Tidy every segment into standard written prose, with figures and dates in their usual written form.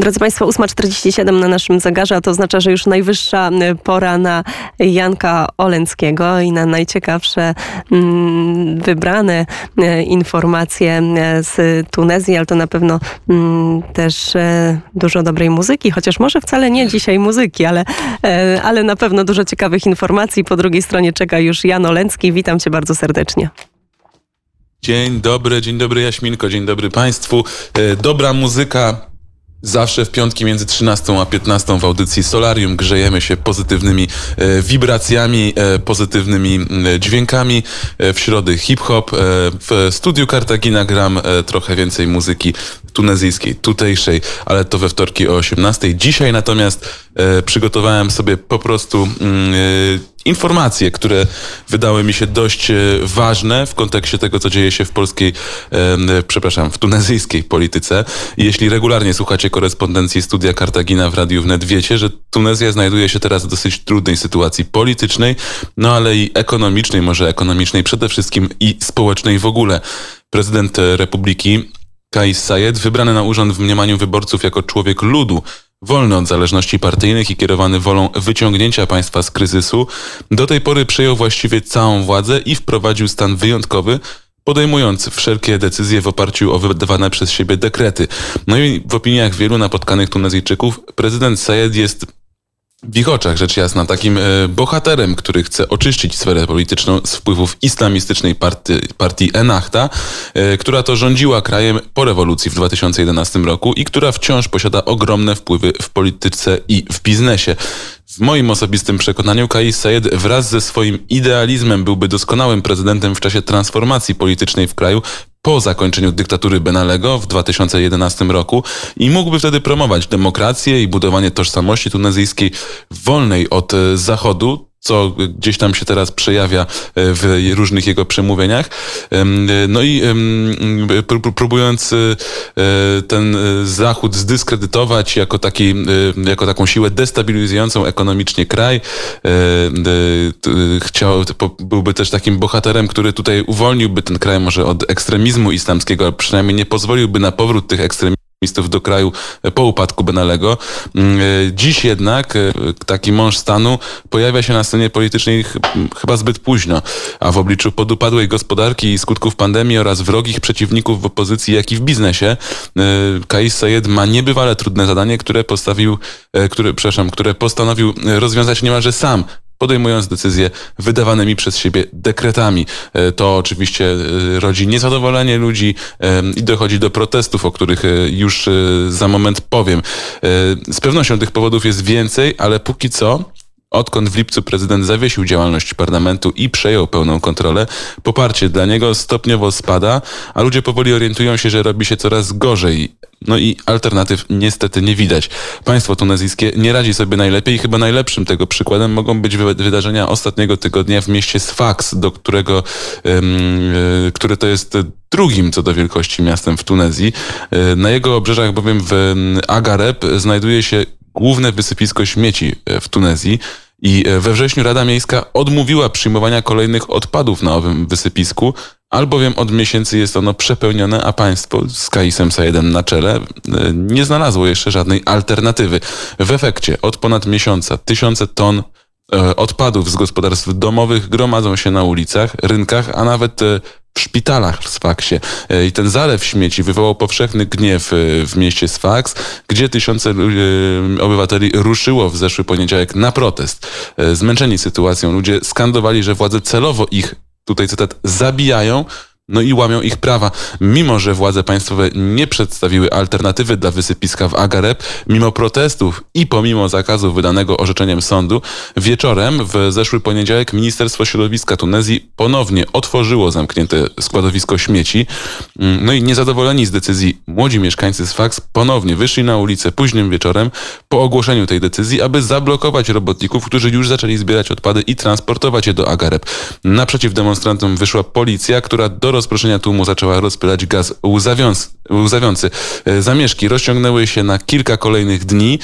Drodzy Państwo, 8:47 na naszym zegarze, a to oznacza, że już najwyższa pora na Janka Oleńskiego i na najciekawsze wybrane informacje z Tunezji, ale to na pewno też dużo dobrej muzyki, chociaż może wcale nie dzisiaj muzyki, ale na pewno dużo ciekawych informacji. Po drugiej stronie czeka już Jan Oleński. Witam Cię bardzo serdecznie. Dzień dobry Jaśminko, dzień dobry Państwu. Dobra muzyka zawsze w piątki między 13 a 15 w audycji Solarium. Grzejemy się pozytywnymi wibracjami, pozytywnymi dźwiękami. W środy hip-hop. W studiu Kartagina gram trochę więcej muzyki tunezyjskiej, tutejszej, ale to we wtorki o 18. Dzisiaj natomiast przygotowałem sobie po prostu informacje, które wydały mi się dość ważne w kontekście tego, co dzieje się w polskiej, w tunezyjskiej polityce. I jeśli regularnie słuchacie korespondencji Studia Kartagina w Radiu Wnet, wiecie, że Tunezja znajduje się teraz w dosyć trudnej sytuacji politycznej, no ale i ekonomicznej, może ekonomicznej przede wszystkim i społecznej w ogóle. Prezydent Republiki Kais Saied, wybrany na urząd w mniemaniu wyborców jako człowiek ludu, wolny od zależności partyjnych i kierowany wolą wyciągnięcia państwa z kryzysu, do tej pory przejął właściwie całą władzę i wprowadził stan wyjątkowy, podejmując wszelkie decyzje w oparciu o wydawane przez siebie dekrety. No i w opiniach wielu napotkanych Tunezyjczyków prezydent Saied jest w ich oczach, rzecz jasna, takim bohaterem, który chce oczyścić sferę polityczną z wpływów islamistycznej partii Ennahda, która to rządziła krajem po rewolucji w 2011 roku i która wciąż posiada ogromne wpływy w polityce i w biznesie. W moim osobistym przekonaniu Kais Saied wraz ze swoim idealizmem byłby doskonałym prezydentem w czasie transformacji politycznej w kraju po zakończeniu dyktatury Ben Allego w 2011 roku i mógłby wtedy promować demokrację i budowanie tożsamości tunezyjskiej wolnej od Zachodu, co gdzieś tam się teraz przejawia w różnych jego przemówieniach. No i próbując ten Zachód zdyskredytować jako taką siłę destabilizującą ekonomicznie kraj, byłby też takim bohaterem, który tutaj uwolniłby ten kraj może od ekstremizmu islamskiego, ale przynajmniej nie pozwoliłby na powrót tych ekstremistów do kraju po upadku Ben Allego. Dziś jednak taki mąż stanu pojawia się na scenie politycznej chyba zbyt późno, a w obliczu podupadłej gospodarki i skutków pandemii oraz wrogich przeciwników w opozycji, jak i w biznesie, Kais Saied ma niebywale trudne zadanie, które postanowił rozwiązać niemalże sam, podejmując decyzje wydawanymi przez siebie dekretami. To oczywiście rodzi niezadowolenie ludzi i dochodzi do protestów, o których już za moment powiem. Z pewnością tych powodów jest więcej, ale póki co, odkąd w lipcu prezydent zawiesił działalność parlamentu i przejął pełną kontrolę, poparcie dla niego stopniowo spada, a ludzie powoli orientują się, że robi się coraz gorzej. No i alternatyw niestety nie widać. Państwo tunezyjskie nie radzi sobie najlepiej i chyba najlepszym tego przykładem mogą być wydarzenia ostatniego tygodnia w mieście Sfax, które to jest drugim co do wielkości miastem w Tunezji. Na jego obrzeżach bowiem w Agareb znajduje się główne wysypisko śmieci w Tunezji i we wrześniu Rada Miejska odmówiła przyjmowania kolejnych odpadów na owym wysypisku, albowiem od miesięcy jest ono przepełnione, a państwo z Kaisem Saiedem na czele nie znalazło jeszcze żadnej alternatywy. W efekcie od ponad miesiąca tysiące ton odpadów z gospodarstw domowych gromadzą się na ulicach, rynkach, a nawet w szpitalach w Sfaxie. I ten zalew śmieci wywołał powszechny gniew w mieście Sfax, gdzie tysiące obywateli ruszyło w zeszły poniedziałek na protest. Zmęczeni sytuacją ludzie skandowali, że władze celowo ich, tutaj cytat, zabijają, no i łamią ich prawa. Mimo że władze państwowe nie przedstawiły alternatywy dla wysypiska w Agareb, mimo protestów i pomimo zakazu wydanego orzeczeniem sądu, wieczorem w zeszły poniedziałek Ministerstwo Środowiska Tunezji ponownie otworzyło zamknięte składowisko śmieci. No i niezadowoleni z decyzji młodzi mieszkańcy Sfax ponownie wyszli na ulicę późnym wieczorem po ogłoszeniu tej decyzji, aby zablokować robotników, którzy już zaczęli zbierać odpady i transportować je do Agareb. Naprzeciw demonstrantom wyszła policja, która do rozproszenia tłumu zaczęła rozpylać gaz łzawiący. Zamieszki rozciągnęły się na kilka kolejnych dni.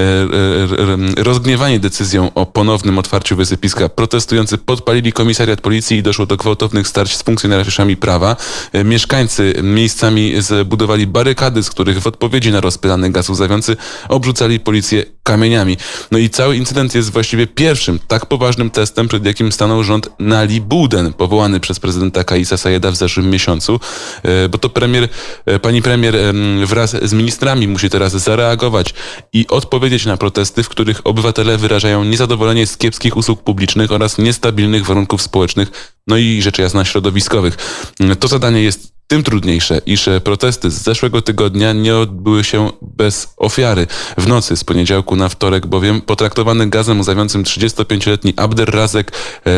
Rozgniewani decyzją o ponownym otwarciu wysypiska, protestujący podpalili komisariat policji i doszło do gwałtownych starć z funkcjonariuszami prawa. Mieszkańcy miejscami zbudowali barykady, z których w odpowiedzi na rozpylany gaz łzawiący obrzucali policję kamieniami. No i cały incydent jest właściwie pierwszym tak poważnym testem, przed jakim stanął rząd Nalibuden, powołany przez prezydenta Kaisa Sajeda w zeszłym miesiącu, bo to pani premier wraz z ministrami musi teraz zareagować i odpowiedzieć na protesty, w których obywatele wyrażają niezadowolenie z kiepskich usług publicznych oraz niestabilnych warunków społecznych, no i rzecz jasna środowiskowych. To zadanie jest tym trudniejsze, iż protesty z zeszłego tygodnia nie odbyły się bez ofiary. W nocy z poniedziałku na wtorek bowiem potraktowany gazem łzawiącym 35-letni Abderrazek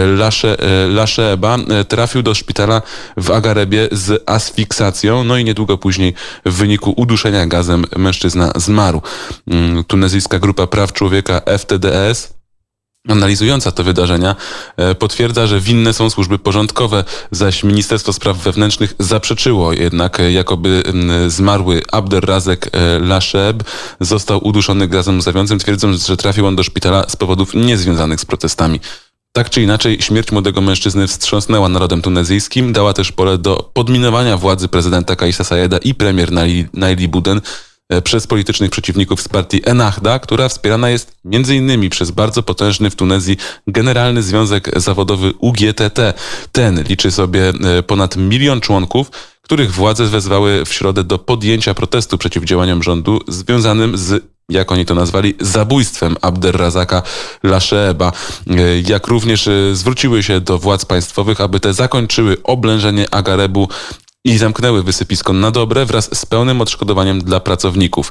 Lasheeba trafił do szpitala w Agarebie z asfiksacją, no i niedługo później w wyniku uduszenia gazem mężczyzna zmarł. Tunezyjska grupa praw człowieka FTDS, analizująca te wydarzenia, potwierdza, że winne są służby porządkowe, zaś Ministerstwo Spraw Wewnętrznych zaprzeczyło jednak, jakoby zmarły Abderrazek Lasheeb został uduszony gazem łzawiącym, twierdząc, że trafił on do szpitala z powodów niezwiązanych z protestami. Tak czy inaczej, śmierć młodego mężczyzny wstrząsnęła narodem tunezyjskim, dała też pole do podminowania władzy prezydenta Kaisa Sajeda i premier Nalibuden przez politycznych przeciwników z partii Ennahda, która wspierana jest m.in. przez bardzo potężny w Tunezji Generalny Związek Zawodowy UGTT. Ten liczy sobie ponad 1 milion członków, których władze wezwały w środę do podjęcia protestu przeciw działaniom rządu związanym z, jak oni to nazwali, zabójstwem Abderrazaka Lasheeba. Jak również zwróciły się do władz państwowych, aby te zakończyły oblężenie Agarebu i zamknęły wysypisko na dobre wraz z pełnym odszkodowaniem dla pracowników.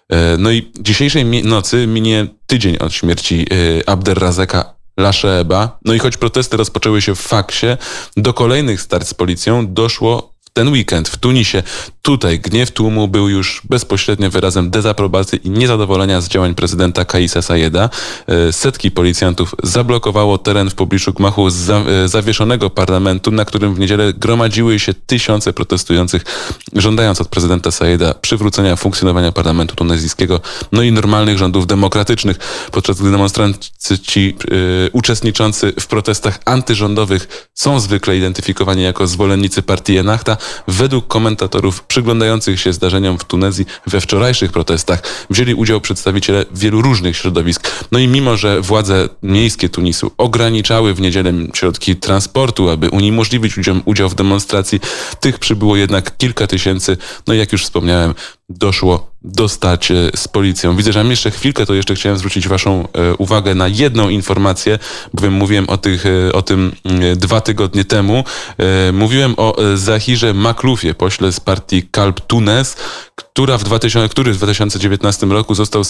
No i dzisiejszej nocy minie tydzień od śmierci Abderrazaka Lasheeba. No i choć protesty rozpoczęły się w Faksie, do kolejnych starć z policją doszło ten weekend w Tunisie. Tutaj gniew tłumu był już bezpośrednio wyrazem dezaprobaty i niezadowolenia z działań prezydenta Kaisa Sajeda. Setki policjantów zablokowało teren w pobliżu gmachu zawieszonego parlamentu, na którym w niedzielę gromadziły się tysiące protestujących, żądając od prezydenta Sajeda przywrócenia funkcjonowania parlamentu tunezyjskiego, no i normalnych rządów demokratycznych. Podczas gdy demonstranci uczestniczący w protestach antyrządowych są zwykle identyfikowani jako zwolennicy partii Ennahda, według komentatorów przyglądających się zdarzeniom w Tunezji we wczorajszych protestach wzięli udział przedstawiciele wielu różnych środowisk. No i mimo, że władze miejskie Tunisu ograniczały w niedzielę środki transportu, aby uniemożliwić ludziom udział w demonstracji, tych przybyło jednak kilka tysięcy. No i jak już wspomniałem, doszło do starć z policją. Widzę, że mam jeszcze chwilkę, to jeszcze chciałem zwrócić waszą uwagę na jedną informację, bowiem mówiłem o tym 2 tygodnie temu. Mówiłem o Zahirze Maklufie, pośle z partii Kalb Tunes, który w 2019 roku został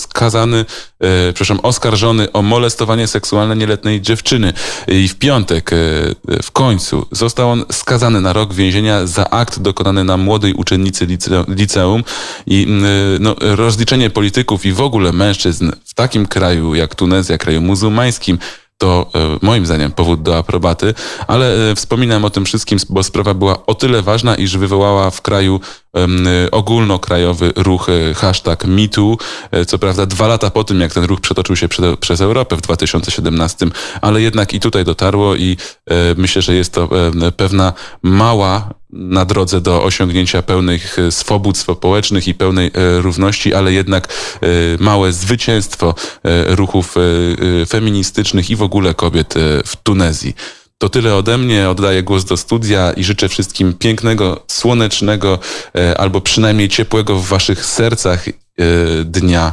oskarżony o molestowanie seksualne nieletniej dziewczyny. I w piątek w końcu został on skazany na rok więzienia za akt dokonany na młodej uczennicy liceum. I rozliczenie polityków i w ogóle mężczyzn w takim kraju jak Tunezja, kraju muzułmańskim, to moim zdaniem powód do aprobaty, ale wspominam o tym wszystkim, bo sprawa była o tyle ważna, iż wywołała w kraju ogólnokrajowy ruch #MeToo. Co prawda 2 lata po tym, jak ten ruch przetoczył się przez Europę w 2017, ale jednak i tutaj dotarło i myślę, że jest to pewna mała na drodze do osiągnięcia pełnych swobód społecznych i pełnej równości, ale jednak małe zwycięstwo ruchów feministycznych i w ogóle kobiet w Tunezji. To tyle ode mnie, oddaję głos do studia i życzę wszystkim pięknego, słonecznego albo przynajmniej ciepłego w waszych sercach dnia.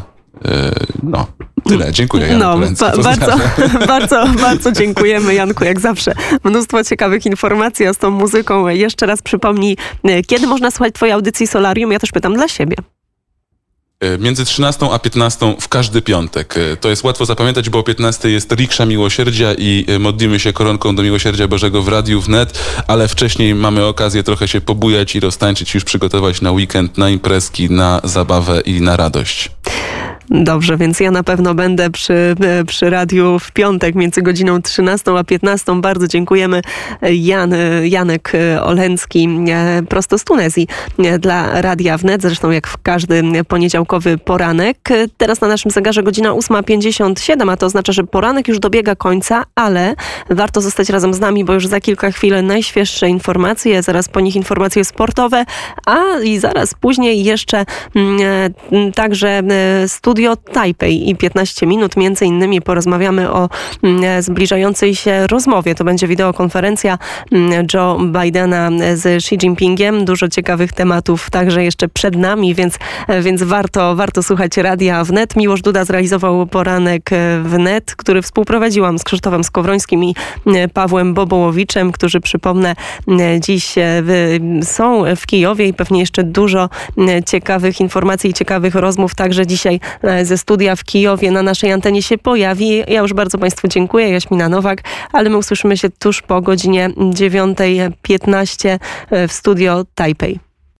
Tyle. Dziękuję, Janku bardzo dziękujemy, Janku, jak zawsze. Mnóstwo ciekawych informacji, a z tą muzyką jeszcze raz przypomnij, kiedy można słuchać twojej audycji Solarium? Ja też pytam dla siebie. Między 13 a 15 w każdy piątek. To jest łatwo zapamiętać, bo o 15 jest Riksza Miłosierdzia i modlimy się koronką do Miłosierdzia Bożego w Radiu Wnet, ale wcześniej mamy okazję trochę się pobujać i roztańczyć, już przygotować na weekend, na imprezki, na zabawę i na radość. Dobrze, więc ja na pewno będę przy radiu w piątek między godziną 13 a 15. Bardzo dziękujemy. Janek Olencki prosto z Tunezji dla Radia Wnet, zresztą jak w każdy poniedziałkowy poranek. Teraz na naszym zegarze godzina 8:57, a to oznacza, że poranek już dobiega końca, ale warto zostać razem z nami, bo już za kilka chwil najświeższe informacje, zaraz po nich informacje sportowe, i zaraz później jeszcze także Studio Tajpej i 15 minut. Między innymi porozmawiamy o zbliżającej się rozmowie. To będzie wideokonferencja Joe Bidena z Xi Jinpingiem. Dużo ciekawych tematów także jeszcze przed nami, więc warto słuchać Radia Wnet. Miłosz Duda zrealizował poranek Wnet, który współprowadziłam z Krzysztofem Skowrońskim i Pawłem Bobołowiczem, którzy, przypomnę, dziś są w Kijowie i pewnie jeszcze dużo ciekawych informacji i ciekawych rozmów także dzisiaj ze studia w Kijowie na naszej antenie się pojawi. Ja już bardzo Państwu dziękuję. Jaśmina Nowak, ale my usłyszymy się tuż po godzinie 9:15 w Studio Tajpej.